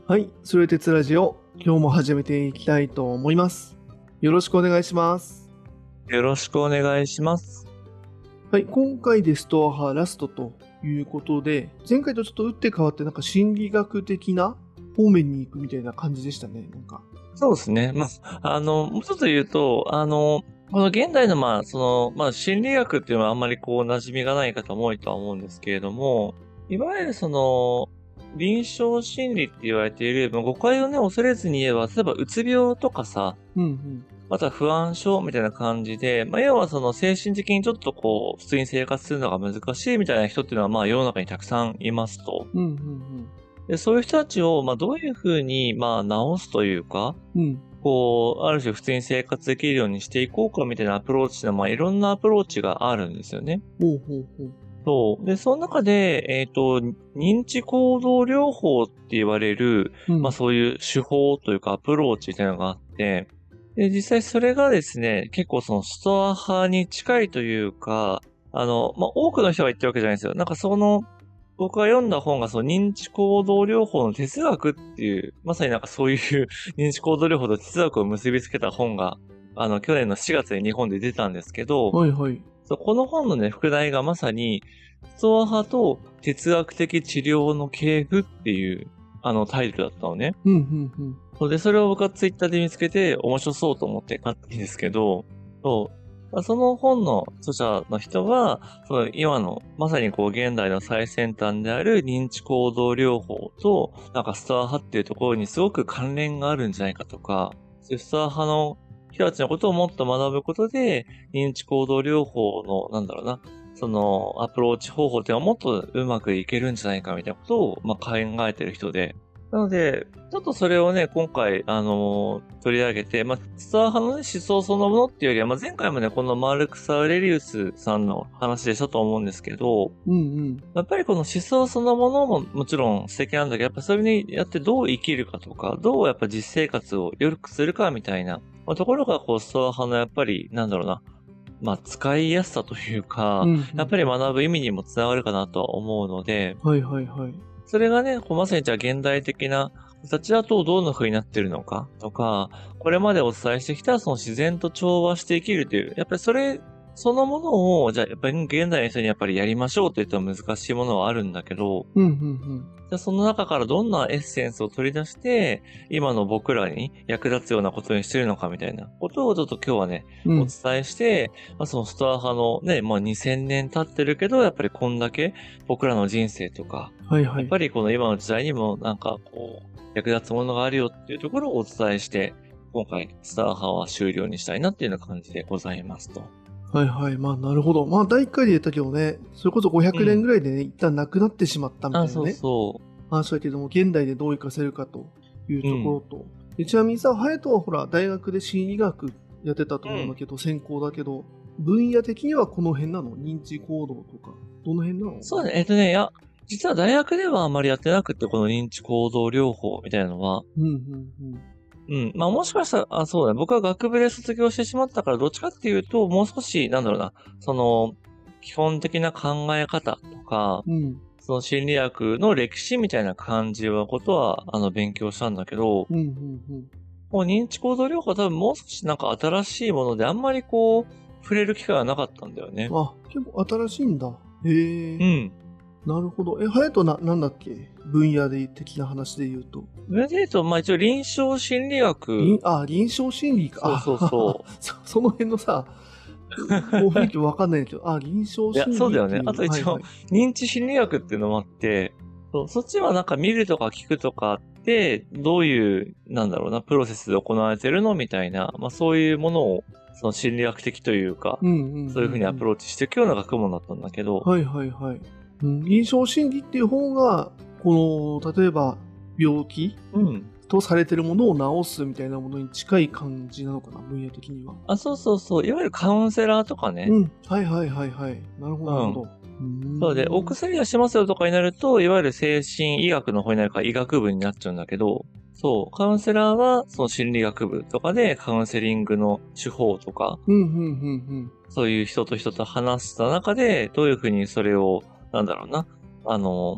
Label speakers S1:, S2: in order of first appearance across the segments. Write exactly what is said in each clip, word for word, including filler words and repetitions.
S1: はい、それ鉄ラジオ、今日も始めていきたいと思います。よろしくお願いします。
S2: よろしくお願いします。
S1: はい、今回でストア派ラストということで、前回とちょっと打って変わってなんか心理学的な方面に行くみたいな感じでしたね、なんか。
S2: そうですね。まあ、あの、もうちょっと言うと、あの、この現代の、まあ、その、まあ、心理学っていうのはあんまりこう、馴染みがない方も多いとは思うんですけれども、いわゆるその、臨床心理って言われている、まあ、誤解をね、恐れずに言えば、例えばうつ病とかさ、
S1: うんうん。
S2: または不安症みたいな感じで、まあ、要はその精神的にちょっとこう、普通に生活するのが難しいみたいな人っていうのは、まあ、世の中にたくさんいますと。
S1: うんうん
S2: で、そういう人たちを、まあ、どういうふうに、まあ、治すというか、
S1: うん。うん。
S2: こう、ある種普通に生活できるようにしていこうかみたいなアプローチの、まあ、いろんなアプローチがあるんですよね。
S1: ほうほうほう。
S2: そう。で、その中で、えっと、認知行動療法って言われる、まあ、
S1: うん。
S2: そういう手法というかアプローチみたいなのがあって、で、実際それがですね、結構そのストア派に近いというか、あの、まあ、多くの人が言ってるわけじゃないんですよ。なんかその、僕が読んだ本がその認知行動療法の哲学っていう、まさになんかそういう認知行動療法と哲学を結びつけた本が、あの、去年のしがつに日本で出たんですけど、
S1: はいはい。
S2: そう、この本のね、副題がまさに、ストア派と哲学的治療の系譜っていう、あの、タイトルだったのね。
S1: うんうんうん。
S2: そうで、それを僕はツイッターで見つけて面白そうと思って買ったんですけど、そう。その本の著者の人は、その今の、まさにこう現代の最先端である認知行動療法と、なんかストア派っていうところにすごく関連があるんじゃないかとか、そういうストア派の人たちのことをもっと学ぶことで、認知行動療法の、なんだろうな、そのアプローチ方法っていうのはもっとうまくいけるんじゃないかみたいなことを、まあ、考えてる人で、なので、ちょっとそれをね、今回、あのー取り上げて、まあ、スター派のね、思想そのものっていうよりは、まあ、前回もね、このマルクス・アウレリウスさんの話でしたと思うんですけど、
S1: うんうん。
S2: やっぱりこの思想そのものももちろん素敵なんだけど、やっぱそれにやってどう生きるかとか、どうやっぱ実生活を良くするかみたいな、まあ、ところがこう、ストア派のやっぱり、なんだろうな、まあ、使いやすさというか、
S1: うんうん
S2: やっぱり学ぶ意味にもつながるかなとは思うので、
S1: はいはいはい。
S2: それがね、こうまさにじゃあ現代的な形だとどんな風になってるのかとか、これまでお伝えしてきたその自然と調和して生きるという、やっぱりそれ、そのものを、じゃあやっぱり現代の人にやっぱりやりましょうと言ったら難しいものはあるんだけど、
S1: うんうん
S2: じゃあその中からどんなエッセンスを取り出して、今の僕らに役立つようなことにしてるのかみたいなことをちょっと今日はね、
S1: うん。う
S2: お
S1: ん。
S2: 伝えして、まあ、そのストア派のね、まあにせんねん経ってるけど、やっぱりこんだけ僕らの人生とか、
S1: はいはい。
S2: やっぱりこの今の時代にもなんかこう、役立つものがあるよっていうところをお伝えして、今回スター派は終了にしたいなっていうような感じでございますと。
S1: はいはい。まあなるほど。まあだいいっかいで言ったけどね、それこそ500
S2: うん。
S1: 年ぐらいでね、一旦なくなってしまったみた
S2: あ、そう
S1: いなね。
S2: そ
S1: 話だけども、現代でどう活かせるかという
S2: う。うん。
S1: ところと、でちなみにさ、隼人はほら、大学で心理学やってたと
S2: うん。
S1: 思うんだけど、専攻だけど、分野的にはこの辺なの？認知行動とか、どの辺なの？
S2: そうね、えっとね、いや、実は大学ではあまりやってなくて、この認知行動療法みたいなのは。
S1: うん、うん、
S2: うん。まあもしかしたら、あ、そうだね。僕は学部で卒業してしまったから、どっちかっていうと、もう少し、なんだろうな、その、基本的な考え方とか、
S1: うん。うん、
S2: その心理学の歴史みたいな感じはことは、あの、勉強したんだけど、
S1: うん、うん、
S2: もう認知行動療法は多分もう少しなんか新しいもので、あんまりこう、触れる機会がなかったんだよね。
S1: うん。あ、結構新しいんだ。へえ、
S2: うん。
S1: なるほど。え、隼人な、なんだっけ？分野で的な話で言うと。
S2: それで言うと、まあ一応臨床心理学、
S1: 臨、あ、臨床心理か。あ、
S2: そうそう
S1: はは
S2: そ
S1: そ、その辺のさ、もう雰囲気わかんないけど、あ、臨床
S2: う。いや、
S1: 心
S2: そうだよね。
S1: 理っていう、
S2: あと一応、
S1: はいはい。
S2: 認知心理学っていうのもあって、そう、そっちはなんか見るとか聞くとかって、どういう、なんだろうな、プロセスで行われてるのみたいな、まあそういうものを、その心理学的というか、
S1: うんうんうん
S2: そういうふうにア
S1: うん。
S2: プローチしていくような学問だったんだけど、
S1: はいはいはい。うん、臨床心理っていう方が、この、例えば、病気
S2: うん。
S1: とされてるものを治すみたいなものに近い感じなのかな、分野的には。
S2: あ、そうそうそう。いわゆるカウンセラーとかね。
S1: うん。はいはいはいはい。なるほどなるほど。
S2: うん。
S1: うー
S2: そうで、お
S1: ん。
S2: 薬出しますよとかになると、いわゆる精神医学の方になるから医学部になっちゃうんだけど、そう、カウンセラーはその心理学部とかでカウンセリングの手法とか、
S1: うんうんうん
S2: そういう人と人と話した中で、どういうふうにそれを、なんだろうな、あの、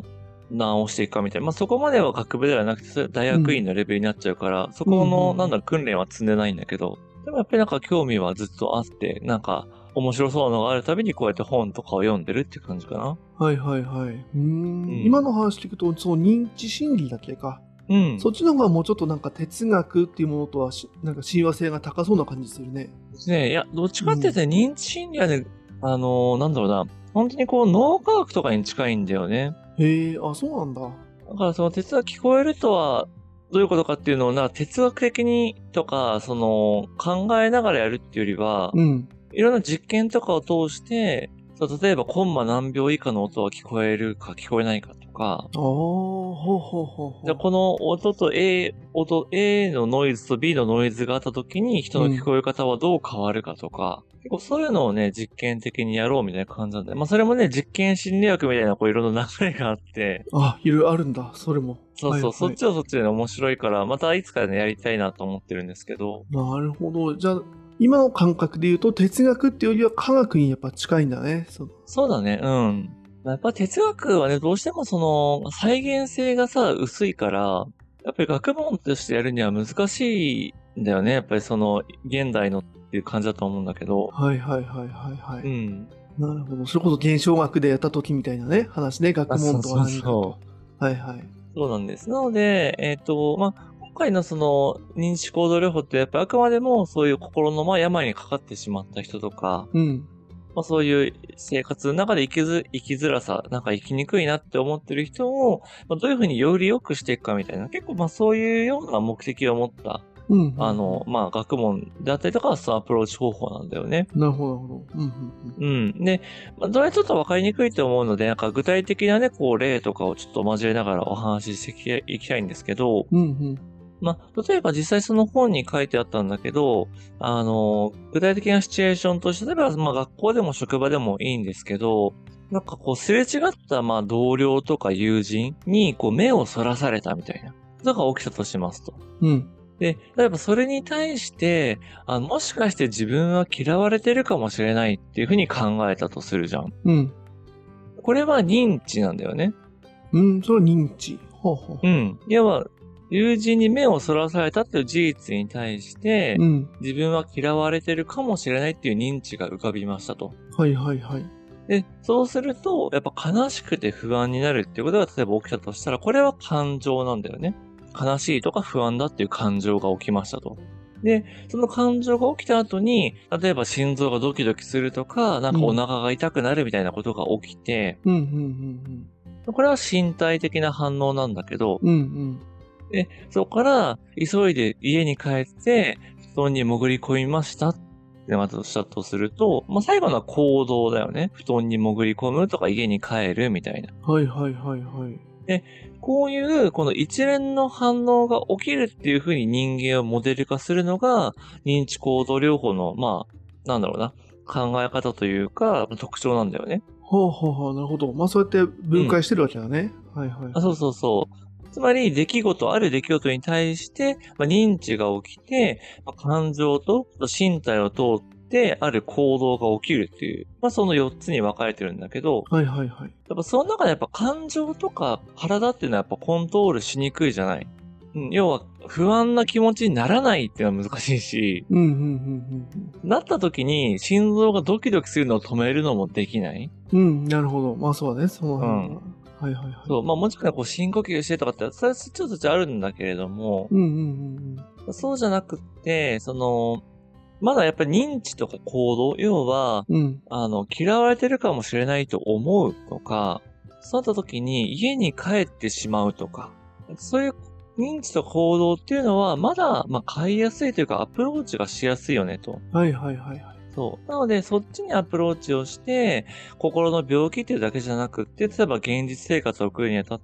S2: 直していくかみたいな。まあ、そこまでは学部ではなくて、それ大学院のレベルになっちゃうから、そこの、
S1: うんうん
S2: なんだろう、訓練は積んでないんだけど、でもやっぱりなんか興味はずっとあって、なんか、面白そうなのがあるたびにこうやって本とかを読んでるって感じかな。
S1: はいはいはい。うーん
S2: うん
S1: 今の話聞くと、そう、認知心理だっけか。
S2: うん。
S1: そっちの方がもうちょっとなんか哲学っていうものとはし、なんか親和性が高そうな感じするね。
S2: ねいや、どっちかっていうとね、認知心理はね、あのーなんだろうな、本当にこう脳科学とかに近いんだよね。
S1: へえ、あ、そうなんだ。
S2: だからその哲学聞こえるとは、どういうことかっていうのをな、哲学的にとか、その、考えながらやるっていうよりは、
S1: うん。
S2: いろんな実験とかを通して、そう例えばコンマ何秒以下の音は聞こえるか聞こえないかとか、
S1: ああ、ほうほうほうほう。
S2: じゃあこの音と A、音、A のノイズと B のノイズがあった時に人の聞こえ方はどう変わるかとか、結構そういうのをね、実験的にやろうみたいな感じなんで、まあそれもね、実験心理学みたいなこういろんな流れがあって、
S1: あ、いろいろあるんだ、それも。
S2: そうそう、
S1: はいはい。
S2: そっちはそっちでね、面白いから、またいつかね、やりたいなと思ってるんですけど、
S1: なるほど。じゃあ、今の感覚で言うと、哲学っていうよりは科学にやっぱ近いんだね。その
S2: そうだね、うん。やっぱ哲学はね、どうしてもその、再現性がさ、薄いから、やっぱり学問としてやるには難しいんだよね。やっぱりその、現代のっていう感じだと思うんだけど。
S1: はいはいはいはいはい。
S2: うん。
S1: なるほど。それこそ現象学でやった時みたいなね、話ね。学
S2: あ、そ
S1: 問
S2: うそう
S1: とは何かと。
S2: そう。
S1: はいはい。
S2: そうなんです。なので、えっと、まあ、今回のその、認知行動療法ってやっぱりあくまでもそういう心のまあ病にかかってしまった人とか、
S1: うん。
S2: まあそういう生活の中で生きず、生きづらさ、なんか生きにくいなって思ってる人を、まあ、どういうふうにより良くしていくかみたいな、結構まあそういうような目的を持った、
S1: うんうんうん。
S2: あの、まあ学問であったりとか、そのアプローチ方法なんだよね。
S1: なるほどなるほど。うんうんうん。
S2: うん。で、まあ、どれちょっとわかりにくいと思うので、なんか具体的なね、こう例とかをちょっと交えながらお話ししていきたいんですけど、
S1: うんうん
S2: まあ、例えば実際その本に書いてあったんだけど、あの、具体的なシチュエーションとして、例えば、まあ学校でも職場でもいいんですけど、なんかこうすれ違ったまあ同僚とか友人にこう目をそらされたみたいなことが起きたとしますと。
S1: うん
S2: で、例えばそれに対して、あのもしかして自分は嫌われてるかもしれないっていうふうに考えたとするじゃん。
S1: うん
S2: これは認知なんだよね。
S1: うん。それは認知。ほうほう。
S2: うん。要は、友人に目をそらされたっていう事実に対して、
S1: うん。
S2: 自分は嫌われてるかもしれないっていう認知が浮かびましたと。
S1: はいはいはい。
S2: で、そうすると、やっぱ悲しくて不安になるっていうことが例えば起きたとしたら、これは感情なんだよね。悲しいとか不安だっていう感情が起きましたと。で、その感情が起きた後に、例えば心臓がドキドキするとか、なんかお腹が痛くなるみたいなことが起きて、
S1: うんうんうん
S2: これは身体的な反応なんだけど、
S1: うん。うんうん
S2: で、そこから急いで家に帰って布団に潜り込みましたってまたしたとすると、まあ、最後のは行動だよね。布団に潜り込むとか家に帰るみたいな。
S1: はいはいはいはい。
S2: で、こういうこの一連の反応が起きるっていう風に人間をモデル化するのが認知行動療法の、まあ、なんだろうな、考え方というか特徴なんだよね。
S1: ほうほうほう、なるほど。まあそうやって分解してるわけだね。はいはい。
S2: あ、そうそうそう。つまり、出来事、ある出来事に対して、まあ、認知が起きて、まあ、感情と身体を通って、ある行動が起きるっていう、まあ、そのよっつに分かれてるんだけど、
S1: はいはいはい。
S2: やっぱその中でやっぱ感情とか体っていうのはやっぱコントロールしにくいじゃない。うん、要は、不安な気持ちにならないっていうのは難しいし、
S1: うんうんうん
S2: なった時に心臓がドキドキするのを止めるのもできない。
S1: うん。うん、なるほど。まあそうだね、その辺は。
S2: うん
S1: はいはいはい。
S2: そう、まあもちろんこう深呼吸してとかって、それはちょっとあるんだけれども、
S1: うんうんうん
S2: そうじゃなくって、その、まだやっぱり認知とか行動、要は、
S1: うん。うん。
S2: あの、嫌われてるかもしれないと思うとか、そうなった時に家に帰ってしまうとか、そういう認知と行動っていうのは、まだ、まあ、買いやすいというか、アプローチがしやすいよねと。
S1: はいはいはいはい。
S2: そう。なので、そっちにアプローチをして、心の病気っていうだけじゃなくって、例えば現実生活を送るにあたって、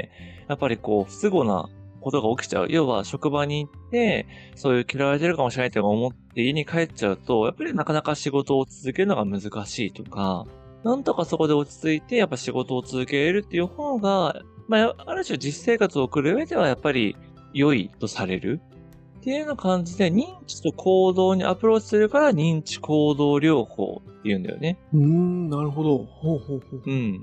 S2: やっぱりこう、不都合なことが起きちゃう。要は、職場に行って、そういう嫌われてるかもしれないと思って家に帰っちゃうと、やっぱりなかなか仕事を続けるのが難しいとか、なんとかそこで落ち着いて、やっぱ仕事を続けるっていう方が、まあ、ある種実生活を送る上ではやっぱり良いとされる。っていうような感じで、認知と行動にアプローチするから認知行動療法っていうんだよね。
S1: うーん、なるほど。ほうほうほう。
S2: うん。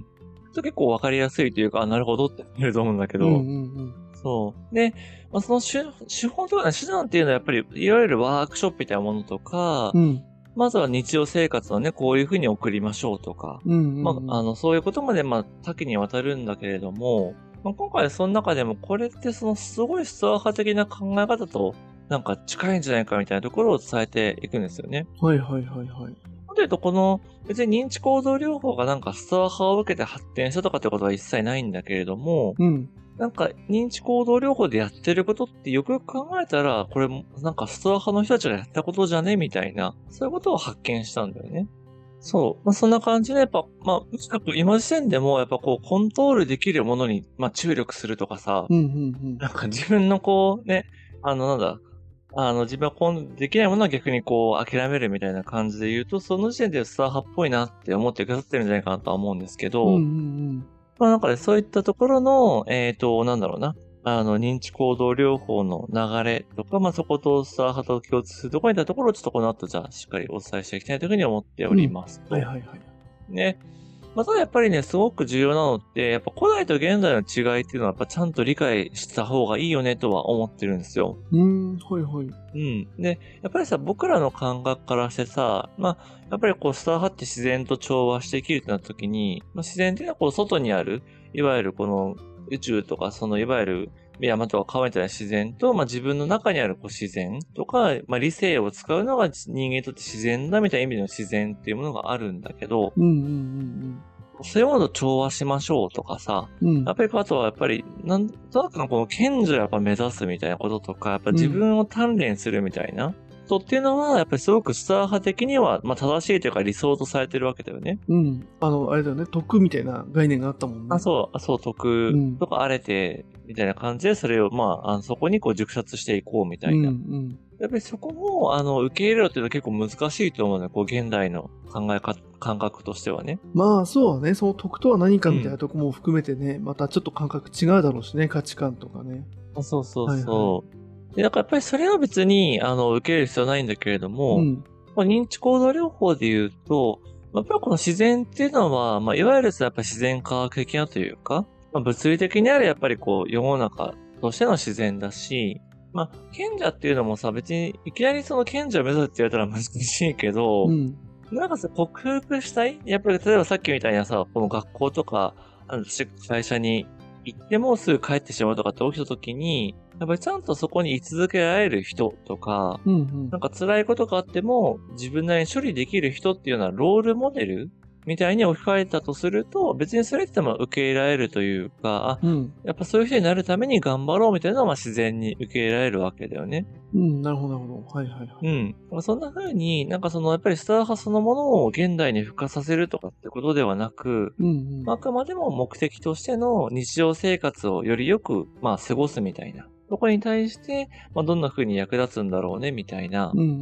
S2: 結構わかりやすいというか、あ、なるほどって言えると思うんだけど、
S1: うんうんうん。
S2: そう。で、まあ、その手手法とかね、手段っていうのはやっぱり、いわゆるワークショップみたいなものとか、
S1: うん。
S2: まずは日常生活をね、こういうふうに送りましょうとか、
S1: うんうん
S2: まあ、
S1: うん。
S2: あの、そういうことまで、まあ、多岐にわたるんだけれども、まあ、今回その中でも、これってそのすごいストア派的な考え方と、なんか近いんじゃないかみたいなところを伝えていくんですよね。
S1: はいはいはいはい。
S2: なんでいうと、この、別に認知行動療法がなんかストア派を受けて発展したとかってことは一切ないんだけれども、
S1: うん。
S2: なんか認知行動療法でやってることってよくよく考えたら、これもなんかストア派の人たちがやったことじゃねみたいな、そういうことを発見したんだよね。そう。まあ、そんな感じで、やっぱ、まあ、とにかく今時点でも、やっぱこう、コントロールできるものに、まあ、注力するとかさ、
S1: うんうんうん。
S2: なんか自分のこう、ね、あの、なんだ、あの、自分はコンできないものは逆にこう、諦めるみたいな感じで言うと、その時点でスター派っぽいなって思ってくださってるんじゃないかなとは思うんですけ
S1: うんうんう
S2: ど、
S1: ん。
S2: まあ、なんかね、そういったところの、えっと、なんだろうな。あの、認知行動療法の流れとか、まあ、そことスター派と共通するところにいったところをちょっとこの後じゃあしっかりお伝えしていきたいというふうに思っており
S1: うん。
S2: ますと。
S1: はいはいはい。
S2: ね。まあ、ただやっぱりね、すごく重要なのって、やっぱ古代と現代の違いっていうのはやっぱちゃんと理解した方がいいよねとは思ってるんですよ。
S1: うーん、はいはい。
S2: うん。で、やっぱりさ、僕らの感覚からしてさ、まあ、やっぱりこう、スター派って自然と調和して生きるってなった時に、まあ、自然っていうのはこう、外にある、いわゆるこの宇宙とか、そのいわゆる山とか川みたいな自然と、まあ、自分の中にあるこう自然とか、まあ、理性を使うのが人間にとって自然だみたいな意味での自然っていうものがあるんだけど、
S1: うんうん
S2: そういうものと調和しましょうとかさ、
S1: うんうん。うん。
S2: やっぱりあとはやっぱり、なんとなくのこの賢者をやっぱ目指すみたいなこととか、やっぱ
S1: うん。
S2: 自分を鍛錬するみたいなことっていうのは、やっぱりすごくスター派的には、まあ正しいというか理想とされてるわけだよね。
S1: うん。あの、あれだよね、徳みたいな概念があったもん
S2: あ、
S1: ね。
S2: そう、あ、そう、
S1: うん。
S2: 徳とか荒れて、みたいな感じで、それを、まあ、あのそこにこう熟察していこうみた
S1: うんう
S2: いな。
S1: ん。
S2: やっぱりそこも、あの、受け入れろっていうのは結構難しいと思うのよ。こう、現代の考えか、感覚としてはね。
S1: まあ、そうだね、その徳とは何かみたいな
S2: うん。
S1: とこも含めてね、またちょっと感覚違うだろうしね、価値観とかね。
S2: あ、そうそう
S1: はいはい。
S2: そう。で、なんかやっぱりそれは別に、あの、受け入れる必要はないんだけれども、
S1: うん。
S2: まあ、認知行動療法で言うと、やっぱりこの自然っていうのは、まあ、いわゆるさ、やっぱり自然科学的なというか、まあ、物理的にあるやっぱりこう、世の中としての自然だし、まあ、賢者っていうのもさ、別にいきなりその賢者を目指すって言われたら難しいけど、
S1: うん。
S2: なんかさ、克服したいやっぱり例えばさっきみたいなさ、この学校とか、あの、し会社に行ってもすぐ帰ってしまうとかって起きた時に、やっぱりちゃんとそこに居続けられる人とか、
S1: うんうん。
S2: なんか辛いことがあっても自分なりに処理できる人っていうようなロールモデルみたいに置き換えたとすると、別にそれっても受け入れられるというか、あ、
S1: うん。
S2: やっぱそういう人になるために頑張ろうみたいなのはまあ自然に受け入れられるわけだよね。
S1: うん、なるほどなるほど。はいはいはい。
S2: うん。まあそんな風に、なんかその、やっぱりスター派そのものを現代に付加させるとかってことではなく、
S1: うんうん。
S2: あくまでも目的としての日常生活をよりよく、まあ、過ごすみたいな。そこに対して、まあ、どんな風に役立つんだろうね、みたいな。
S1: うんうんうん。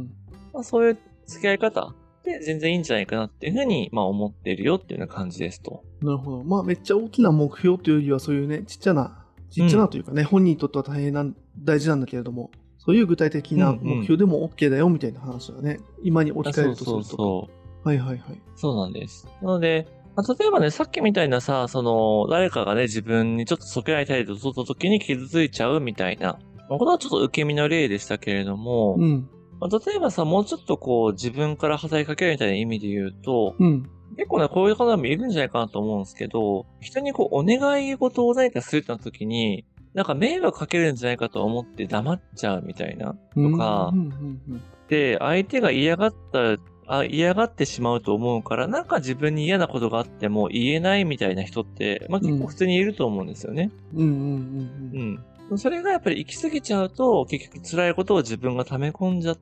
S2: まあ、そういう付き合い方で全然いいんじゃないかなっていう風に、まあ、思っているよっていうような感じですと。
S1: なるほど。まあ、めっちゃ大きな目標というよりは、そういうね、ちっちゃな、ちっちゃ
S2: うん。
S1: なというかね、本人にとっては大変な、大事なんだけれども、そういう具体的
S2: うんう
S1: な目
S2: ん。
S1: 標でも OK だよみたいな話だね。今に置
S2: あ、
S1: き換え
S2: そうそう
S1: るとすると。
S2: そう。
S1: はいはいはい。
S2: そうなんです。なので、まあ、例えばね、さっきみたいなさ、その、誰かがね、自分にちょっとそけない態度を取った時に傷ついちゃうみたいな。まあこれはちょっと受け身の例でしたけれども、
S1: うん。
S2: まあ、例えばさ、もうちょっとこう、自分から働きかけるみたいな意味で言うと、
S1: うん。
S2: 結構ね、こういう方もいるんじゃないかなと思うんですけど、人にこう、お願い事を何かするってなった時に、なんか迷惑かけるんじゃないかと思って黙っちゃうみたいな。
S1: うん。うん。
S2: とか、
S1: うん。
S2: で、相手が嫌がった、あ、嫌がってしまうと思うから、なんか自分に嫌なことがあっても言えないみたいな人って、まあ結構普通にいると思うんですよね。
S1: うん。うん。うん。
S2: うん。それがやっぱり行き過ぎちゃうと、結局辛いことを自分が溜め込んじゃって、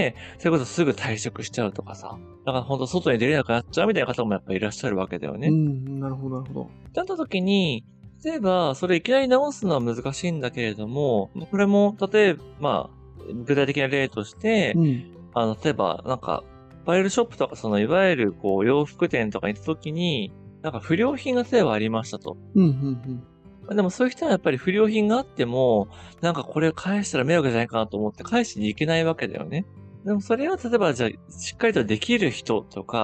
S2: それこそすぐ退職しちゃうとかさ。だから本当外に出れなくなっちゃうみたいな方もやっぱいらっしゃるわけだよね。
S1: うん。なるほどなるほど。
S2: ってなった時に、例えば、それいきなり直すのは難しいんだけれども、これも、例えば、まあ、具体的な例として、
S1: うん。
S2: あの、例えば、なんか、アパレルショップとか、その、いわゆる、こう、洋服店とかに行った時に、なんか不良品が例えばありましたと。
S1: うん。うん。
S2: まあでもそういう人はやっぱり不良品があっても、なんかこれを返したら迷惑じゃないかなと思って返しに行けないわけだよね。でもそれは例えばじゃあ、しっかりとできる人とか、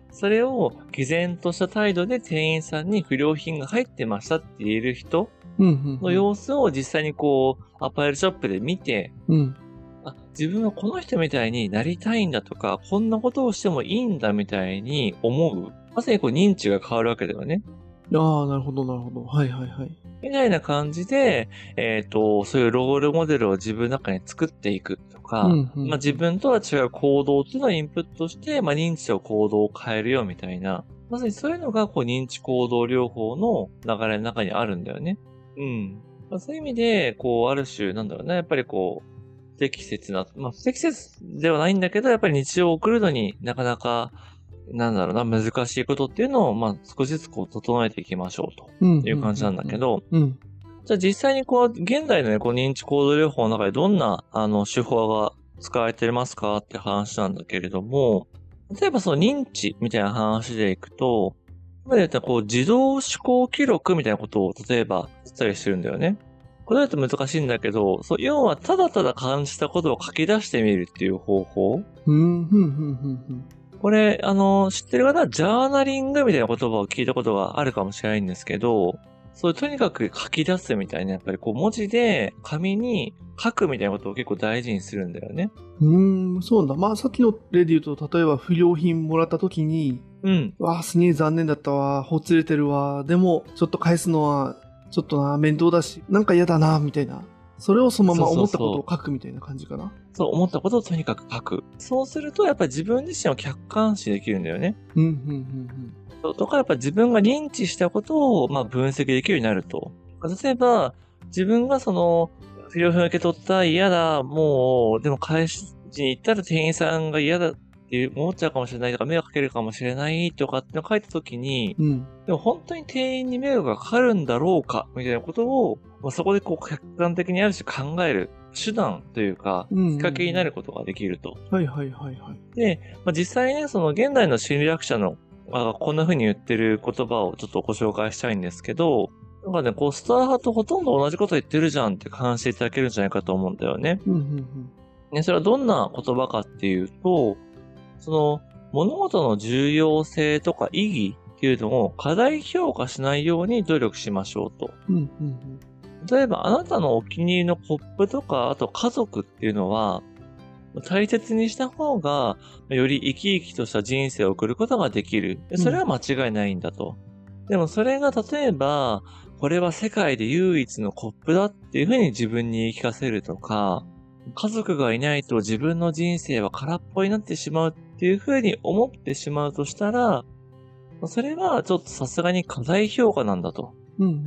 S2: それを毅然とした態度で店員さんに不良品が入ってましたって言える人
S1: うんうん
S2: の様子を実際にこう、アパレルショップで見て、
S1: うん。
S2: あ、自分はこの人みたいになりたいんだとか、こんなことをしてもいいんだみたいに思う。まさにこう認知が変わるわけだよね。
S1: ああ、なるほど、なるほど。はいはいはい。
S2: みたいな感じで、えっと、そういうロールモデルを自分の中に作っていくとか、
S1: うんうん
S2: まあ自分とは違う行動っていうのをインプットして、まあ認知と行動を変えるよみたいな、まさにそういうのがこう認知行動療法の流れの中にあるんだよね。うん。まあ、そういう意味で、こう、ある種、なんだろうな、やっぱりこう、不適切な、まあ不適切ではないんだけど、やっぱり日常を送るのになかなか、なんだろうな、難しいことっていうのを、まあ少しずつこう整えていきましょうと
S1: うん。
S2: いう感じなんだけど、
S1: うん。
S2: じゃあ実際にこう、現代のね、こう認知行動療法の中でどんな、あの、手法が使われてますかって話なんだけれども、例えばその認知みたいな話でいくと、今で言ったらこう、自動思考記録みたいなことを例えばしたりしてるんだよね。これだと難しいんだけど、そう、要はただただ感じたことを書き出してみるっていう方法。
S1: うん、ふんふんふんふん。
S2: これ、あの、知ってる方はジャーナリングみたいな言葉を聞いたことがあるかもしれないんですけど、そういうとにかく書き出すみたいな、やっぱりこう文字で紙に書くみたいなことを結構大事にするんだよね。
S1: うーん、そうなんだ。まあ、さっきの例で言うと、例えば不良品もらった時に、
S2: うん。
S1: わあ、すげえ残念だったわ、ほつれてるわ、でも、ちょっと返すのは、ちょっとな、面倒だし、なんか嫌だな、みたいな。それをそのまま思ったことを書くみたいな感じかな。
S2: そう、思ったことをとにかく書く。そうすると、やっぱり自分自身を客観視できるんだよね。
S1: うん、うん、うん、
S2: そうとか、やっぱり自分が認知したことを、まあ、分析できるようになると。例えば、自分がその、不良品を受け取った、嫌だ、もう、でも返しに行ったら店員さんが嫌だって思っちゃうかもしれないとか、迷惑かけるかもしれないとかってのを書いたときに、
S1: うん。うん。
S2: でも本当に店員に迷惑がかかるんだろうか、みたいなことを、まあ、そこでこう客観的にある種考える手段というか、
S1: うんうんうん
S2: きっかけになることができると。
S1: はいはいはいはい。
S2: で、まあ、実際ね、その現代の心理学者の、あこんな風に言ってる言葉をちょっとご紹介したいんですけど、なんかね、こう、スター派とほとんど同じこと言ってるじゃんって感じていただけるんじゃないかと思うんだよね。
S1: うん、うん、
S2: ね、それはどんな言葉かっていうと、その、物事の重要性とか意義っていうのを過大評価しないように努力しましょうと。
S1: うん。うん、うん、
S2: 例えば、あなたのお気に入りのコップとか、あと家族っていうのは、大切にした方が、より生き生きとした人生を送ることができる。それは間違いないんだと。でもそれが例えば、これは世界で唯一のコップだっていうふうに自分に言い聞かせるとか、家族がいないと自分の人生は空っぽになってしまうっていうふうに思ってしまうとしたら、それはちょっとさすがに過大評価なんだと。
S1: うん、うん、うん、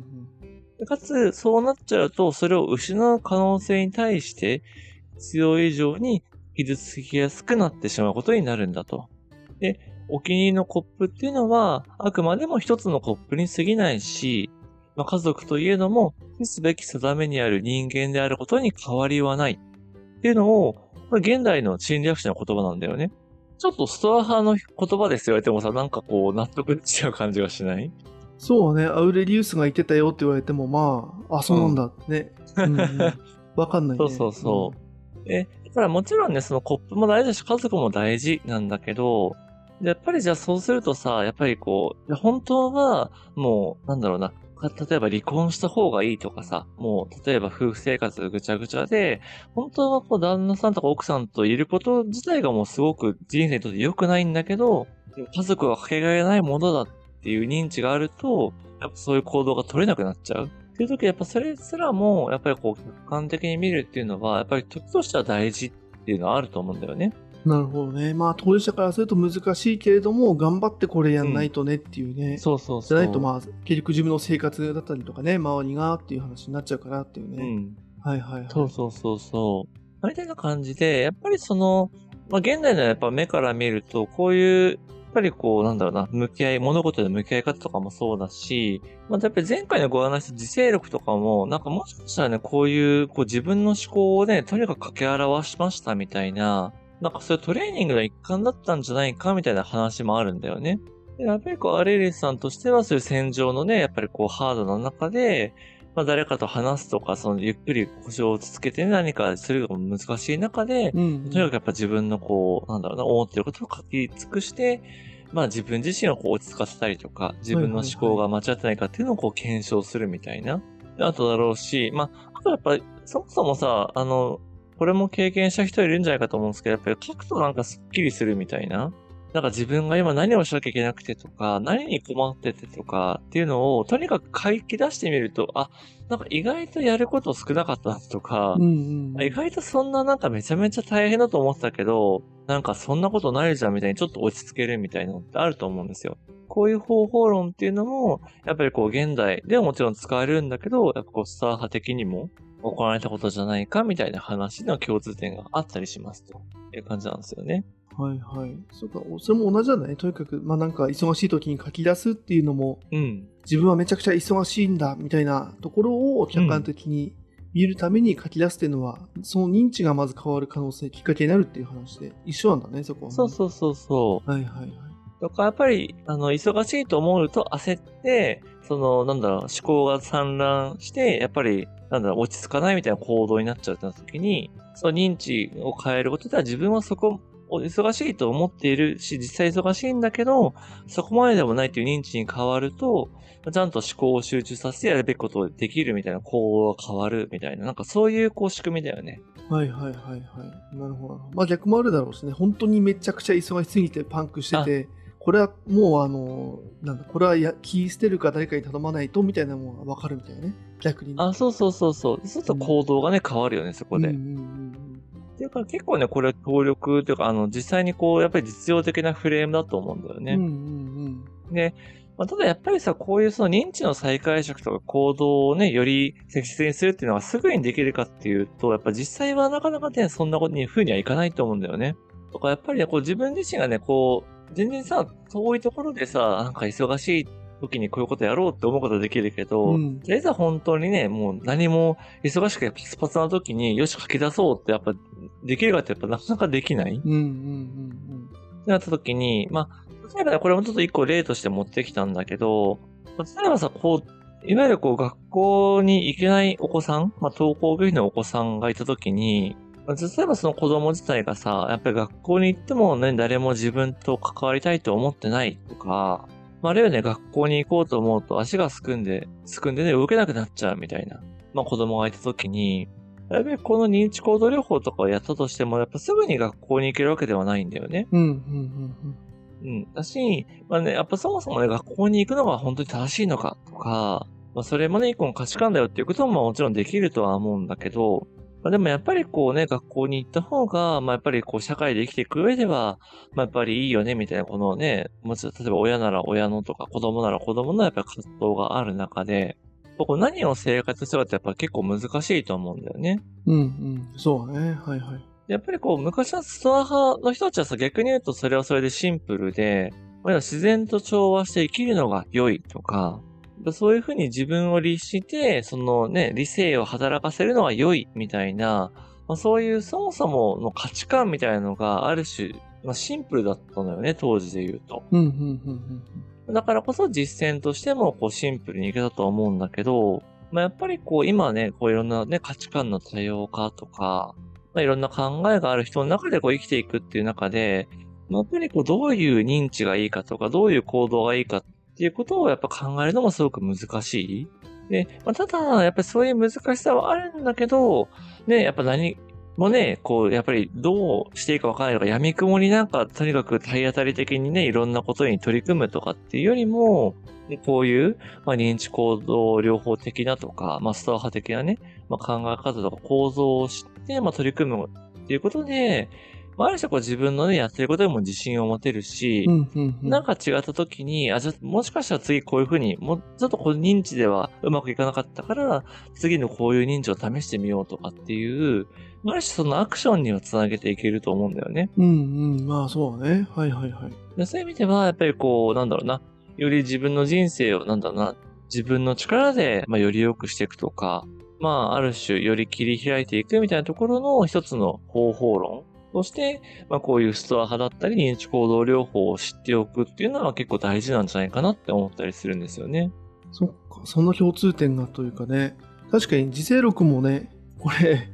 S1: うん。
S2: かつ、そうなっちゃうと、それを失う可能性に対して、必要以上に傷つきやすくなってしまうことになるんだと。で、お気に入りのコップっていうのは、あくまでも一つのコップに過ぎないし、まあ、家族といえども、死すべき定めにある人間であることに変わりはない。っていうのを、これ現代の心理学者の言葉なんだよね。ちょっとストア派の言葉ですよ言われてもさ、なんかこう納得しちゃう感じがしない？
S1: そうね、アウレリウスが言ってたよって言われても、まあ、あ、そうなんだね。うん、うん。わかんないね。
S2: そうそうそう。え、だからもちろんね、そのコップも大事だし、家族も大事なんだけど、やっぱりじゃあそうするとさ、やっぱりこう、本当は、もう、なんだろうな、例えば離婚した方がいいとかさ、もう、例えば夫婦生活ぐちゃぐちゃで、本当はこう、旦那さんとか奥さんといること自体がもうすごく人生にとって良くないんだけど、家族はかけがえないものだっていう認知があると、やっぱそういう行動が取れなくなっちゃう。っていう時、やっぱそれすらも、やっぱりこう、客観的に見るっていうのは、やっぱり時としては大事っていうのはあると思うんだよね。
S1: なるほどね。まあ当事者からすると難しいけれども、頑張ってこれやんないとねっていうね。
S2: そうそう
S1: じ
S2: そう。
S1: ゃないとまあ、結局自分の生活だったりとかね、周りがっていう話になっちゃうからっていうね。
S2: うん。
S1: はいはいはい。
S2: そうそうそうそう。みたいな感じで、やっぱりその、まあ、現代のやっぱ目から見ると、こういう、やっぱりこう、なんだろうな、向き合い、物事で向き合い方とかもそうだし、まあ、やっぱり前回のご話した自制力とかも、なんかもしかしたらね、こういう、こう自分の思考をね、とにかく掛け表しましたみたいな、なんかそういうトレーニングの一環だったんじゃないかみたいな話もあるんだよね。でやっぱりこう、アレリスさんとしてはそういう戦場のね、やっぱりこう、ハードの中で、まあ誰かと話すとか、そのゆっくり腰をつけて何かするのが難しい中で、
S1: うん、うん。
S2: とにかくやっぱ自分のこう、なんだろうな、思ってることを書き尽くして、 まあ自分自身をこう落ち着かせたりとか、自分の思考が間違ってないかっていうのをこう検証するみたいな。あとだろうし、まあ、あとやっぱり、そもそもさ、あの、これも経験した人いるんじゃないかと思うんですけど、やっぱり書くとなんかスッキリするみたいな。なんか自分が今何をしなきゃいけなくてとか、何に困っててとかっていうのをとにかく書き出してみると、あ、なんか意外とやること少なかったなとか、
S1: うんうんうん。
S2: 意外とそんななんかめちゃめちゃ大変だと思ってたけど、なんかそんなことないじゃんみたいにちょっと落ち着けるみたいなのってあると思うんですよ。こういう方法論っていうのも、やっぱりこう現代ではもちろん使えるんだけど、やっぱこうスター派的にも行われたことじゃないかみたいな話の共通点があったりしますという感じなんですよね。
S1: はいはい。そうか、それも同じなんだね。とにかく、まあなんか忙しい時に書き出すっていうのも、
S2: うん。
S1: 自分はめちゃくちゃ忙しいんだみたいなところを客観的に見るために書き出すっていうのは、うん、その認知がまず変わる可能性、きっかけになるっていう話で、一緒なんだね、そこは、ね。
S2: そうそうそうそう。
S1: はいはいはい。
S2: とか、やっぱり、あの、忙しいと思うと焦って、その、なんだろう、思考が散乱して、やっぱり、なんだろう、落ち着かないみたいな行動になっちゃうってなった時に、その認知を変えることでは自分はそこを忙しいと思っているし、実際忙しいんだけど、そこまででもないという認知に変わると、ちゃんと思考を集中させてやるべきことをできるみたいな行動が変わるみたいな、なんかそういうこう仕組みだよね。
S1: はいはいはいはい。なるほど。まあ逆もあるだろうしね。本当にめちゃくちゃ忙しすぎてパンクしてて、これはもうあの、なんだ、これはや気捨てるか誰かに頼まないとみたいなものがわかるみたいなね。逆に、ね。
S2: あ、そうそうそうそう。そうすると行動がね、うん、変わるよね、そこで。
S1: うんうんうんうん
S2: っていうか結構ね、これは協力というか、あの、実際にこう、やっぱり実用的なフレームだと思うんだよね。
S1: うんうんうん。
S2: で、まあ、ただやっぱりさ、こういうその認知の再解釈とか行動をね、より適切にするっていうのがすぐにできるかっていうと、やっぱ実際はなかなかね、そんなことに風にはいかないと思うんだよね。とか、やっぱりね、こう自分自身がね、こう、全然さ、遠いところでさ、なんか忙しい時にこういうことやろうって思うことできるけど、うん、いざ本当にね、もう何も忙しくてパツパツな時に、よし書き出そうってやっぱできるかってやっぱなかなかできない。
S1: うんうんうんうん。
S2: ってなった時に、まあ、例えばこれもちょっと一個例として持ってきたんだけど、例えばさ、こう、いわゆるこう学校に行けないお子さん、まあ登校拒否のお子さんがいた時に、例えばその子供自体がさ、やっぱり学校に行ってもね、誰も自分と関わりたいと思ってないとか、まあ、あるいはね、学校に行こうと思うと足がすくんで、すくんでね、動けなくなっちゃうみたいな、まあ子供がいた時に、やっぱりこの認知行動療法とかをやったとしても、やっぱすぐに学校に行けるわけではないんだよね。
S1: うん、うん、うん、
S2: うん。だし、まあね、やっぱそもそもね、学校に行くのが本当に正しいのかとか、まあそれもね、一個の価値観だよっていうことももちろんできるとは思うんだけど、まあでもやっぱりこうね、学校に行った方が、まあやっぱりこう社会で生きていく上では、まあやっぱりいいよね、みたいな、このね、もちろん例えば親なら親のとか、子供なら子供のやっぱり葛藤がある中で、こう何を生活するかってやっぱ結構難しいと思うんだよね。
S1: うんうん、そうね。はいはい。
S2: やっぱりこう、昔のストア派の人たちはさ、逆に言うとそれはそれでシンプルで、自然と調和して生きるのが良いとか、そういうふうに自分を律して、そのね、理性を働かせるのが良いみたいな、まあ、そういうそもそもの価値観みたいなのがある種、まあ、シンプルだったのよね、当時で言うと。
S1: うんうんうん
S2: うん、だからこそ実践としてもこうシンプルにいけたと思うんだけど、まあ、やっぱりこう今ね、こういろんなね、価値観の多様化とか、まあ、いろんな考えがある人の中でこう生きていくっていう中で、やっぱりこうどういう認知がいいかとか、どういう行動がいいかっていうことをやっぱ考えるのもすごく難しい。で、まあ、ただ、やっぱりそういう難しさはあるんだけど、ね、やっぱ何もね、こう、やっぱりどうしていいかわからないとか、闇雲になんかとにかく体当たり的にね、いろんなことに取り組むとかっていうよりも、こういう、まあ、認知行動療法的なとか、まあ、スター派的なね、まあ、考え方とか構造を知って、まあ、取り組むっていうことで、まあ、ある種こう自分のね、やってることにも自信を持てるし、
S1: うんうんうん、
S2: なんか違った時に、あ、じゃもしかしたら次こういう風に、もうちょっとこう認知ではうまくいかなかったから、次のこういう認知を試してみようとかっていう、ある種そのアクションにはつなげていけると思うんだよね。
S1: うんうん、まあそうね。はいはいはい。
S2: でそういう意味では、やっぱりこう、なんだろうな、より自分の人生を、なんだろうな、自分の力で、まあ、より良くしていくとか、まあ、ある種、より切り開いていくみたいなところの一つの方法論として、まあ、こういうストア派だったり、認知行動療法を知っておくっていうのは結構大事なんじゃないかなって思ったりするんですよね。
S1: そっか、そんな共通点がというかね。確かに、自制録もね、これ、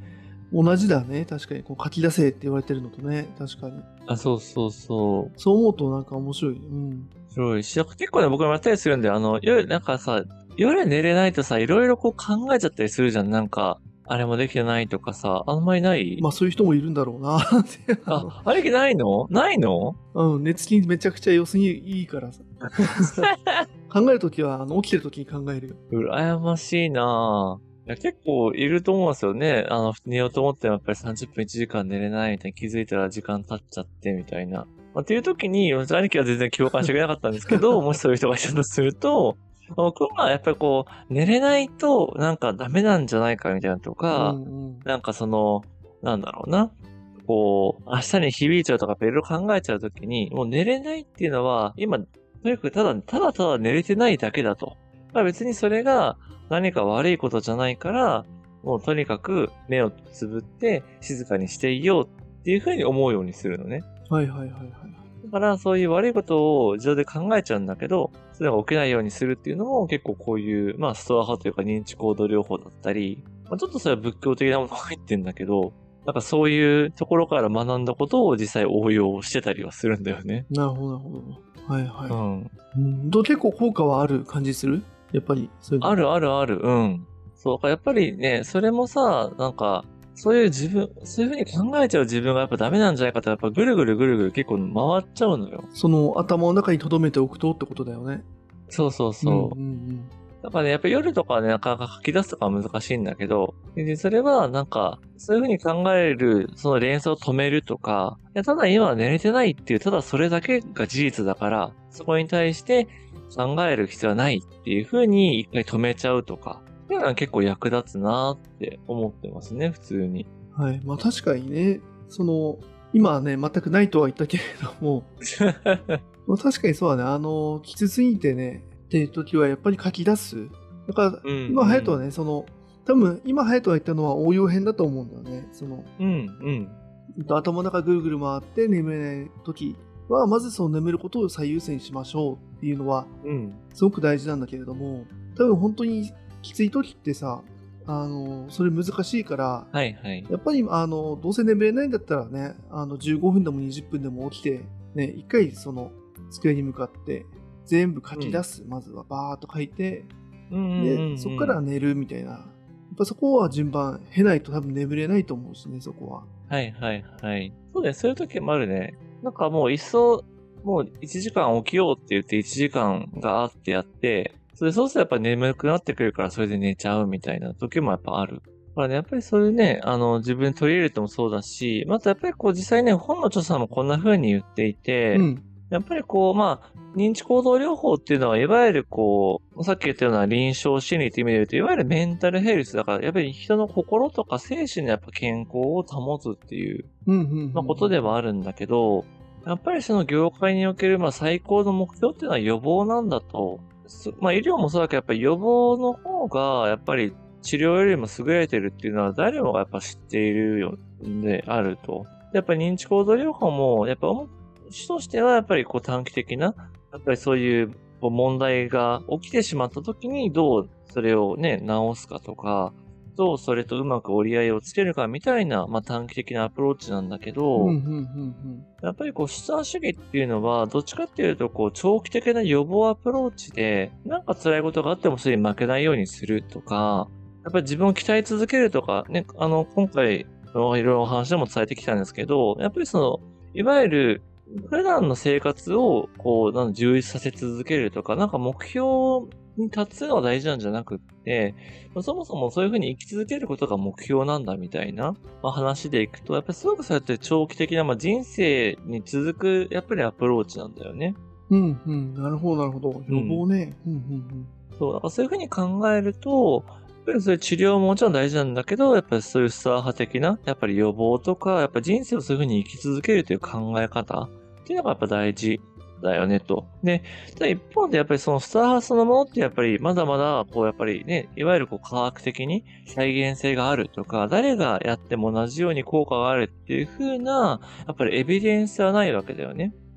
S1: 同じだね。確かに。こう書き出せって言われてるのとね。確かに。
S2: あ、そうそうそう。
S1: そう思うとなんか面白い。うん。
S2: 面白いし、なんか結構ね、僕もやったりするんで、あの、夜、なんかさ、夜寝れないとさ、いろいろこう考えちゃったりするじゃん。なんか、あれもできてないとかさ、あんまりない？
S1: まあそういう人もいるんだろうなってあの
S2: あ、あれないのないの
S1: うん、寝つきめちゃくちゃ良すぎいいからさ。考えるときは、あの、起きてるときに考えるよ。
S2: 羨ましいなぁ。いや結構いると思うんですよね。あの、寝ようと思ってもやっぱりさんじゅっぷんいちじかん寝れないみたいに気づいたら時間経っちゃってみたいな。まあ、っていう時に、兄貴は全然共感してくれなかったんですけど、もしそういう人がいたとすると、僕はやっぱりこう、寝れないとなんかダメなんじゃないかみたいなとか、
S1: うんうん。
S2: なんかその、なんだろうな。こう、明日に響いちゃうとかいろいろ考えちゃうときに、もう寝れないっていうのは、今、とにかくただ、ただただ寝れてないだけだと。まあ別にそれが何か悪いことじゃないから、もうとにかく目をつぶって静かにしていようっていうふうに思うようにするのね。
S1: はいはいはいはい。
S2: だからそういう悪いことを自動で考えちゃうんだけど、それが起きないようにするっていうのも結構こういう、まあストア派というか認知行動療法だったり、まあ、ちょっとそれは仏教的なものが入ってんだけど、なんかそういうところから学んだことを実際応用してたりはするんだよね。
S1: なるほどなるほど。はいはい。
S2: うん。
S1: うん、と結構効果はある感じするやっぱり、そういうの。
S2: あるあるある。うん。そうか、やっぱりね、それもさ、なんか、そういう自分、そういうふうに考えちゃう自分がやっぱダメなんじゃないかと、やっぱぐるぐるぐるぐる結構回っちゃうのよ。
S1: その頭の中に留めておくとってことだよね。
S2: そうそう
S1: うんうん
S2: そう。
S1: うん。
S2: だからね、やっぱ夜とかはね、なかなか書き出すとかは難しいんだけど、でそれはなんか、そういうふうに考える、その連想を止めるとか、いやただ今は寝れてないっていう、ただそれだけが事実だから、そこに対して考える必要はないっていうふうに一回止めちゃうとか、っていうのは結構役立つなって思ってますね、普通に。
S1: はい。まあ確かにね、その、今はね、全くないとは言ったけれども、まあ、確かにそうだね。あの、きつすぎてね、っていう時はやっぱり書き出す。だから、
S2: うん
S1: 今、隼人はね、その、多分、今、隼人が言ったのは応用編だと思うんだよね。その、
S2: うん、うん。
S1: 頭の中ぐるぐる回って眠れない時は、まずその眠ることを最優先しましょうっていうのは、
S2: うん。
S1: すごく大事なんだけれども、多分本当にきつい時ってさ、あの、それ難しいから、
S2: はいはい。
S1: やっぱり、あの、どうせ眠れないんだったらね、あの、じゅうごふんでもにじゅっぷんでも起きて、ね、一回その、机に向かって、全部書き出す。うん、まずはバーっと書いて、
S2: うんうんうんうん、
S1: で、そこから寝るみたいな。やっぱそこは順番、経ないと多分眠れないと思うしね、そこは。
S2: はいはいはい。そうだね、そういう時もあるね。なんかもういっそ、もういちじかん起きようって言っていちじかんがあってやって、それそうするとやっぱ眠くなってくるからそれで寝ちゃうみたいな時もやっぱある。だからね、やっぱりそういうね、あの、自分取り入れるともそうだし、またやっぱりこう実際ね、本の著者もこんな風に言っていて、うん、やっぱりこう、まあ、認知行動療法っていうのは、いわゆるこう、さっき言ったような臨床心理っていう意味で言うと、いわゆるメンタルヘルスだから、やっぱり人の心とか精神のやっぱ健康を保つっていう、まあことではあるんだけど、やっぱりその業界におけるまあ最高の目標っていうのは予防なんだと。まあ医療もそうだけど、やっぱり予防の方が、やっぱり治療よりも優れてるっていうのは誰もがやっぱ知っているようであると。やっぱり認知行動療法も、やっぱ主としてはやっぱりこう短期的な、やっぱりそういう問題が起きてしまった時にどうそれをね、直すかとか、どうそれとうまく折り合いをつけるかみたいな、まあ短期的なアプローチなんだけど、うんうんうんうん、やっぱりこう、出産主義っていうのは、どっちかっていうと、こう、長期的な予防アプローチで、なんか辛いことがあってもそれに負けないようにするとか、やっぱり自分を鍛え続けるとか、ね、あの、今回、いろいろお話でも伝えてきたんですけど、やっぱりその、いわゆる、普段の生活を、こう、なん充実させ続けるとか、なんか目標に達するのが大事なんじゃなくって、そもそもそういうふうに生き続けることが目標なんだみたいな、まあ、話でいくと、やっぱりすごくそうやって長期的な、まあ、人生に続く、やっぱりアプローチなんだよね。
S1: うんうん、なるほどなるほど。予防ね。うん、うんうんうん、
S2: そう、だからそういうふうに考えると、やっぱりそういう治療ももちろん大事なんだけど、やっぱりそういうスター派的な、やっぱり予防とか、やっぱ人生をそういうふうに生き続けるという考え方っていうのがやっぱ大事だよねと。で、ただ一方でやっぱりそのスター派そのものってやっぱりまだまだこうやっぱりね、いわゆるこう科学的に再現性があるとか、誰がやっても同じように効果があるっていう風な、やっぱりエビデンスはないわけだよね。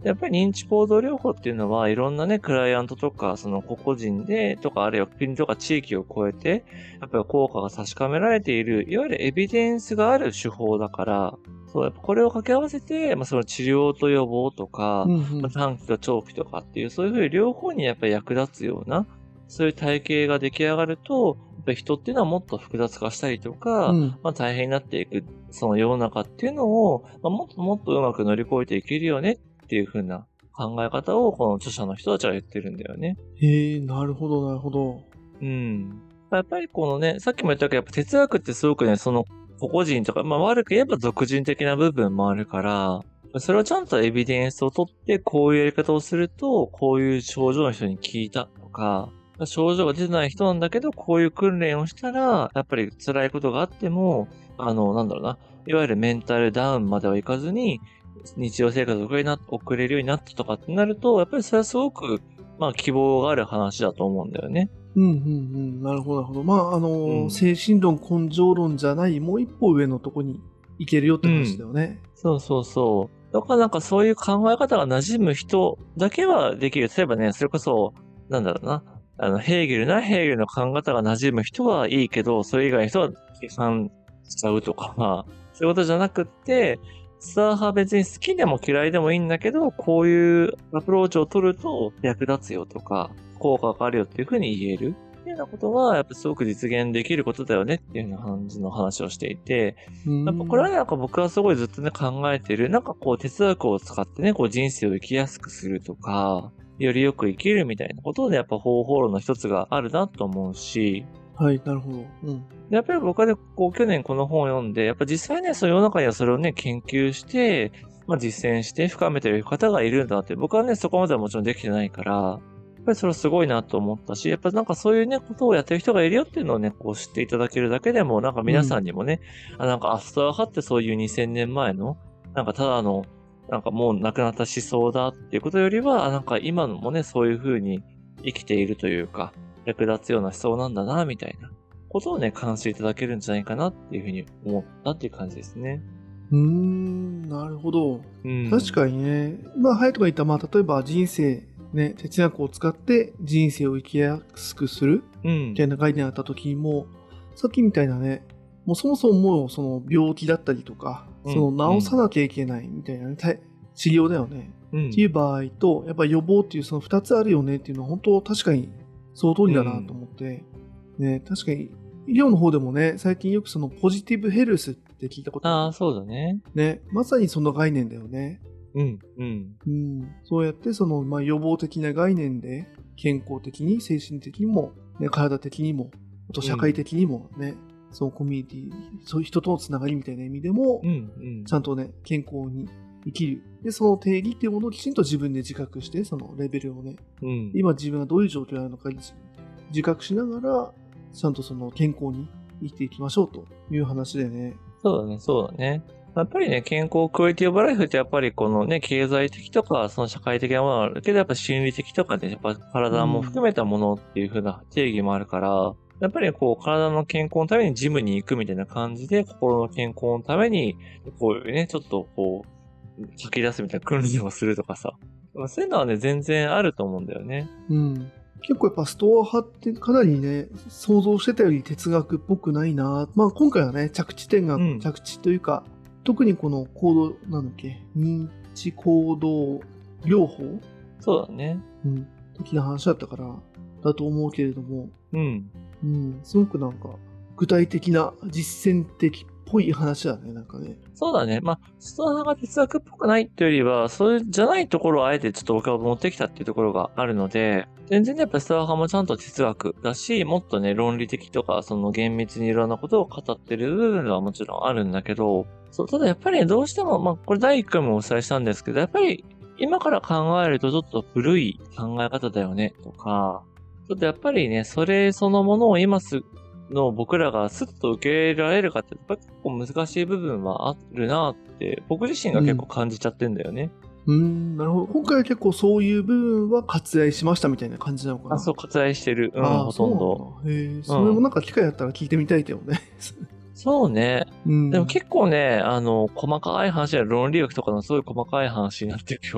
S2: やっぱり認知行動療法っていうのは、いろんなね、クライアントとか、その個々人で、とか、あるいは国とか地域を超えて、やっぱり効果が確かめられている、いわゆるエビデンスがある手法だから、そう、やっぱこれを掛け合わせて、まあ、その治療と予防とか、
S1: うんう
S2: まあ、
S1: ん。
S2: 短期と長期とかっていう、そういうふうに両方にやっぱり役立つような、そういう体系が出来上がると、やっぱり人っていうのはもっと複雑化したりとか、
S1: うん。
S2: まあ大変になっていく、その世の中っていうのを、まあ、もっともっとうまく乗り越えていけるよねっていう風な考え方を、この著者の人たちは言ってるんだよね。
S1: へえ、なるほど、なるほど。
S2: うん。やっぱりこのね、さっきも言ったけど、やっぱ哲学ってすごくね、その個々人とか、まあ悪く言えば俗人的な部分もあるから、それをちゃんとエビデンスを取って、こういうやり方をすると、こういう症状の人に効いたとか、症状が出てない人なんだけど、こういう訓練をしたら、やっぱり辛いことがあっても、あの、なんだろうな、いわゆるメンタルダウンまではいかずに、日常生活を送れな送れるようになったとかってなると、やっぱりそれはすごく、まあ希望がある話だと思うんだよね。
S1: うんうんうん。なるほど、なるほど。まあ、あのー
S2: うん。
S1: 精神論、根性論じゃない、もう一歩上のとこに行けるよって話だよね。
S2: そうそうそう。だからなんかそういう考え方が馴染む人だけはできる。例えばね、それこそ、なんだろうな。あの、ヘーゲルな、ヘーゲルの考え方が馴染む人はいいけど、それ以外の人は批判しちゃうとか、まあ、そういうことじゃなくって、ツアー派は別に好きでも嫌いでもいいんだけど、こういうアプローチを取ると役立つよとか、効果があるよっていうふうに言える。っていうようなことは、やっぱすごく実現できることだよねっていうような感じの話をしていて、
S1: う
S2: やっぱこれは
S1: ん。
S2: なんか僕はすごいずっとね考えてる、なんかこう哲学を使ってね、こう人生を生きやすくするとか、よりよく生きるみたいなことでやっぱ方法論の一つがあるなと思うし、
S1: はい、なるほど。うん。
S2: やっぱり僕はね、こう去年この本を読んで、やっぱ実際ね、その世の中にはそれをね、研究して、まあ実践して深めている方がいるんだって、僕はね、そこまではもちろんできてないから、やっぱりそれはすごいなと思ったし、やっぱなんかそういうね、ことをやってる人がいるよっていうのをね、こう知っていただけるだけでも、なんか皆さんにもね、あ、なんかアストア派ってそういうにせんねんまえの、なんかただの、なんかもう亡くなった思想だっていうことよりは、あ、なんか今のもね、そういう風に生きているというか、役立つような思想なんだな、みたいなことをね、感じていただけるんじゃないかなっていう風に思ったっていう感じですね。
S1: うーん、なるほど。
S2: うん。
S1: 確かにね、まあ、隼人が言った、まあ、例えば人生、ね、哲学を使って人生を生きやすくする
S2: うん
S1: みた。いな概念があった時にも、さっきみたいなね、もうそもそももうその病気だったりとか、
S2: うん
S1: その治さなきゃいけないみたいなね、た治療だよね。
S2: うん。
S1: っていう場合と、やっぱり予防っていうその二つあるよねっていうのは本当確かにその通りだなと思って、ね、確かに医療の方でもね、最近よくそのポジティブヘルスって聞いたこと
S2: ああ、
S1: ある。
S2: そうだね。
S1: ね、まさにその概念だよね。
S2: うん。うん。
S1: うん、そうやってその、まあ、予防的な概念で健康的に精神的にも、ね、体的にもあと社会的にもね、そのコミュニティそういう人とのつながりみたいな意味でも、
S2: うん。うん。
S1: ちゃんとね健康に生きるでその定義っていうものをきちんと自分で自覚してそのレベルをね
S2: うん。
S1: 今自分がどういう状況にあるのか自覚しながらちゃんとその健康に生きていきましょうという話でね。
S2: そうだね、そうだね。やっぱりね、健康クオリティオブライフってやっぱりこのね、経済的とか、その社会的なものがあるけど、やっぱ心理的とかね、やっぱ体も含めたものっていう風な定義もあるから、やっぱりこう、体の健康のためにジムに行くみたいな感じで、心の健康のために、こういうね、ちょっとこう、吐き出すみたいな訓練をするとかさ。そういうのはね、全然あると思うんだよね。
S1: うん。結構やっぱストア派ってかなりね、想像してたより哲学っぽくないな。まあ今回はね、着地点が、
S2: うん
S1: 着地というか、特にこの行動、なんだっけ、認知行動療法
S2: そうだね。
S1: うん。的な話だったから、だと思うけれども、
S2: うん。
S1: うん、すごくなんか、具体的な実践的っぽい話だね、なんかね。
S2: そうだね。まあ、ストア派が哲学っぽくないっていうよりは、そうじゃないところをあえてちょっと僕は持ってきたっていうところがあるので、全然ねやっぱストア派もちゃんと哲学だし、もっとね、論理的とか、その厳密にいろんなことを語ってる部分はもちろんあるんだけど、そう、ただやっぱりね、どうしても、まあ、これだいいっかいもお伝えしたんですけど、やっぱり今から考えるとちょっと古い考え方だよね、とか、ちょっとやっぱりね、それそのものを今すの僕らがスッと受け入れられるかって、やっぱり結構難しい部分はあるなって、僕自身が結構感じちゃってんだよね。
S1: うーん、なるほど。今回は結構そういう部分は割愛しましたみたいな感じなのかな。
S2: あ、そう、割愛してる。うん、
S1: あー
S2: ほとんど。
S1: そうなんだ。へえ、それもなんか機会あったら聞いてみたいけどね。
S2: そうね。
S1: うん。
S2: でも結構ね、あの、細かい話や論理学とかのすごい細かい話になってるよ。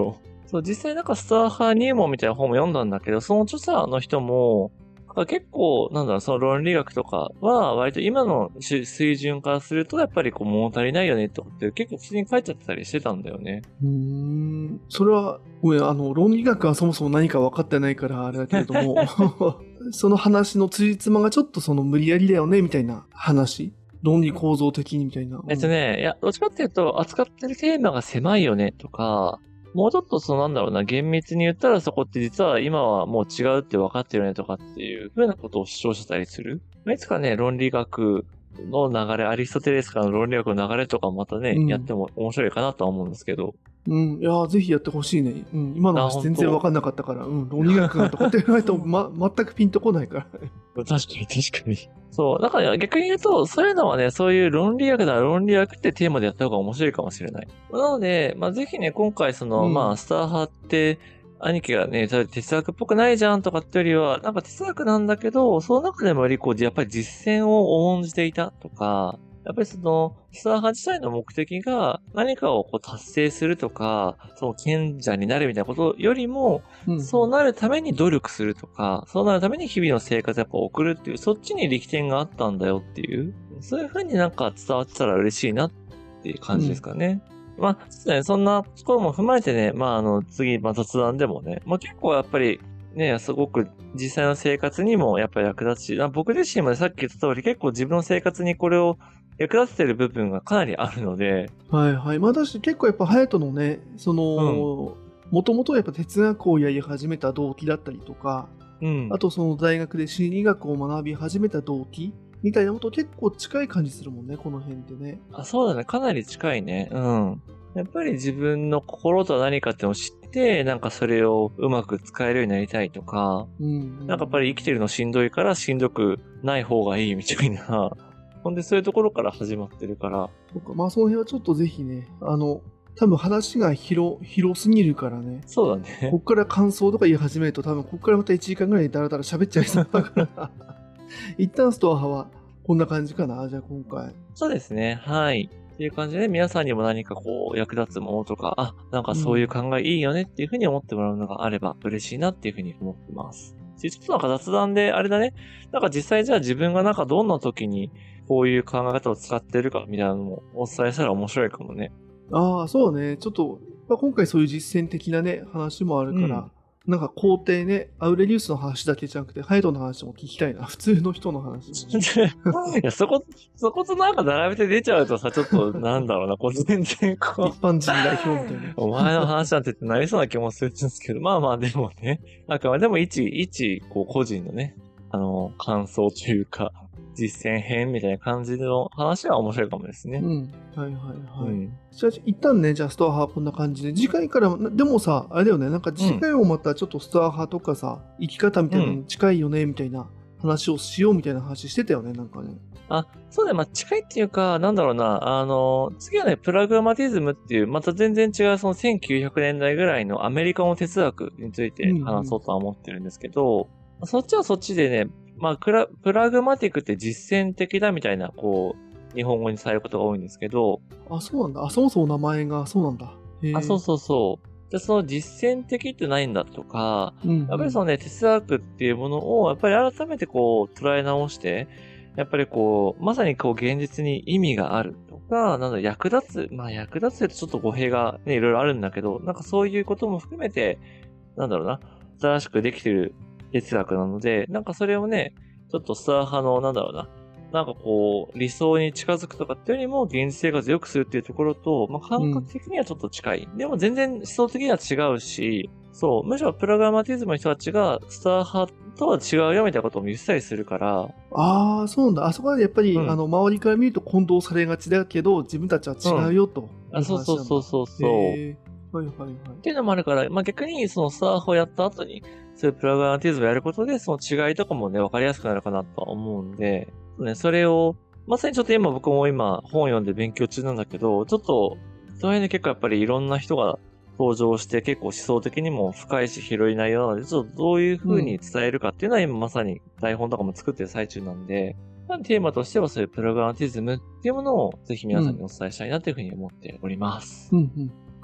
S2: そう、実際なんかスター派入門みたいな本も読んだんだけど、その著者の人も、なんか結構、なんだろう、その論理学とかは、割と今のし水準からすると、やっぱりこう物足りないよねとかって結構普通に書いちゃってたりしてたんだよね。
S1: うーん。それは、ごめん、あの、論理学はそもそも何か分かってないからあれだけれども、その話の辻褄がちょっとその無理やりだよね、みたいな話。論理構造的にみたいな。
S2: えっとね、いや、どっちかっていうと、扱ってるテーマが狭いよねとか、もうちょっとそのなんだろうな、厳密に言ったらそこって実は今はもう違うって分かってるよねとかっていう風なことを主張してたりする。いつかね、論理学の流れ、アリストテレスからの論理学の流れとかまたね、
S1: うん
S2: やっても面白いかなとは思うんですけど。
S1: うん。いやー、ぜひやってほしいね。うん。今の
S2: あ、
S1: 話
S2: 本当。
S1: 全然分かんなかったから、うん。論理学なんとかって言わないと、ま、全くピンとこないから。
S2: 確かに確かに。そう。だから逆に言うと、そういうのはね、そういう論理学なら論理学ってテーマでやった方が面白いかもしれない。なので、まあぜひね、今回その、
S1: うん
S2: まあスター派って、兄貴がね、哲学っぽくないじゃんとかってよりは、なんか哲学なんだけど、その中でもよりこう、やっぱり実践を重んじていたとか、やっぱりその、スター派自体の目的が何かをこう達成するとか、その賢者になるみたいなことよりも、
S1: うん
S2: そうなるために努力するとか、そうなるために日々の生活をやっぱ送るっていう、そっちに力点があったんだよっていう、そういう風になんか伝わってたら嬉しいなっていう感じですかね。うん、まあ、そうね、そんなところも踏まえてね、まああの、次、まあ雑談でもね、まあ結構やっぱり、ね、すごく実際の生活にもやっぱり役立つし、僕自身も、ね、さっき言った通り結構自分の生活にこれを役立ててる部分がかなりあるので。
S1: はいはい。まあ私結構やっぱ隼人のね、その、もともとやっぱ哲学をやり始めた動機だったりとか、
S2: うん。
S1: あとその大学で心理学を学び始めた動機みたいなこと結構近い感じするもんね、この辺ってね。
S2: あ、そうだね。かなり近いね。うん。やっぱり自分の心とは何かっていうのを知って、なんかそれをうまく使えるようになりたいとか、
S1: うん、うん。
S2: なんかやっぱり生きてるのしんどいからしんどくない方がいいみたいな。ほんでそういうところから始まってるから。
S1: そうか、まあその辺はちょっとぜひね、あの、多分話が広、広すぎるからね。
S2: そうだね。
S1: こっから感想とか言い始めると多分こっからまたいちじかんぐらいだらだら喋っちゃいそうだから。一旦ストア派はこんな感じかな、じゃあ今回。
S2: そうですね。はい。っていう感じで皆さんにも何かこう役立つものとか、あ、なんかそういう考えいいよねっていうふうに思ってもらうのがあれば嬉しいなっていうふうに思ってます。ちょっとなんか雑談であれだね。なんか実際じゃあ自分がなんかどんな時にこういう考え方を使ってるかみたいなのもお伝えしたら面白いかもね。
S1: ああ、そうね。ちょっと、まあ、今回そういう実践的なね、話もあるから、うんなんか皇帝ね、アウレリウスの話だけじゃなくて、ハイドの話も聞きたいな。普通の人の話も。
S2: いや、そこ、そことなんか並べて出ちゃうとさ、ちょっと、なんだろうな、こう全然こう。
S1: 一般人代表みたいな。
S2: お前の話なんてってなりそうな気もするんですけど、まあまあでもね、あくまでも一、一、こう個人のね、あの、感想というか、実践編みたいな感じの話は面白いかもですね。
S1: うん。はいはいはい。うん、じ
S2: ゃ
S1: あ、一旦ね、じゃあストア派こんな感じで、次回から、でもさ、あれだよね、なんか次回もまたちょっとストア派とかさ、うん、生き方みたいなのに近いよね、みたいな話をしようみたいな話してたよね、なんかね。
S2: あ、そうだね。まあ、近いっていうか、なんだろうな。あの、次はね、プラグマティズムっていう、また全然違う、そのせんきゅうひゃくねんだいぐらいのアメリカの哲学について話そうとは思ってるんですけど、うんうん、そっちはそっちでね、まあ、プラ、プラグマティックって実践的だみたいな、こう、日本語にされることが多いんですけど。
S1: あ、そうなんだ。あ、そもそも名前がそうなんだ。
S2: へあ、そうそうそう。じゃその実践的ってないんだとか、うんうん、やっぱりそのね、哲学っていうものを、やっぱり改めてこう、捉え直して、やっぱりこう、まさにこう、現実に意味があるとか、なんだ役立つ、まあ役立つってちょっと語弊がね、いろいろあるんだけど、なんかそういうことも含めて、なんだろうな、新しくできてる哲学なので、なんかそれをね、ちょっとスター派の、なんだろうな、なんかこう、理想に近づくとかっていうよりも、現実生活を良くするっていうところと、まあ感覚的にはちょっと近い。うん、でも全然思想的には違うし、そう、むしろプログラマティズムの人たちが、スター派とは違うよみたいなことを言ってたりするから。
S1: ああ、そうなんだ。あそこはやっぱり、うん、あの、周りから見ると混同されがちだけど、自分たちは違うよと、
S2: うん。あ、そうそうそうそうそう。
S1: はいはいはい。
S2: っていうのもあるから、まあ逆にそのスター派をやった後に、そういうプログラマティズムをやることで、その違いとかもね、わかりやすくなるかなとは思うんで、ね、それを、まさにちょっと今僕も今本を読んで勉強中なんだけど、ちょっと、その辺で結構やっぱりいろんな人が登場して結構思想的にも深いし広い内容なので、ちょっとどういう風に伝えるかっていうのは今まさに台本とかも作ってる最中なんで、テーマとしてはそういうプログラマティズムっていうものをぜひ皆さんにお伝えしたいなというふうに思っております。
S1: うんうん。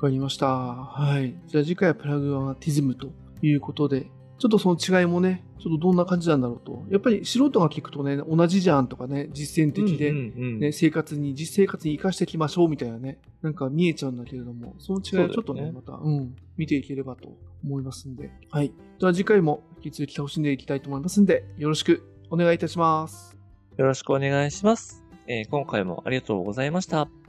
S1: かりました。はい。じゃあ次回はプラグマティズムということで、ちょっとその違いもね、ちょっとどんな感じなんだろうと。やっぱり素人が聞くとね、同じじゃんとかね、実践的で、
S2: うんうんうん
S1: ね、生活に、実生活に生かしていきましょうみたいなね、なんか見えちゃうんだけれども、その違いをちょっとね、
S2: そうだよね
S1: また、うん、見ていければと思いますんで。はい。では次回も引き続き楽しんでいきたいと思いますんで、よろしくお願いいたします。
S2: よろしくお願いします。えー今回もありがとうございました。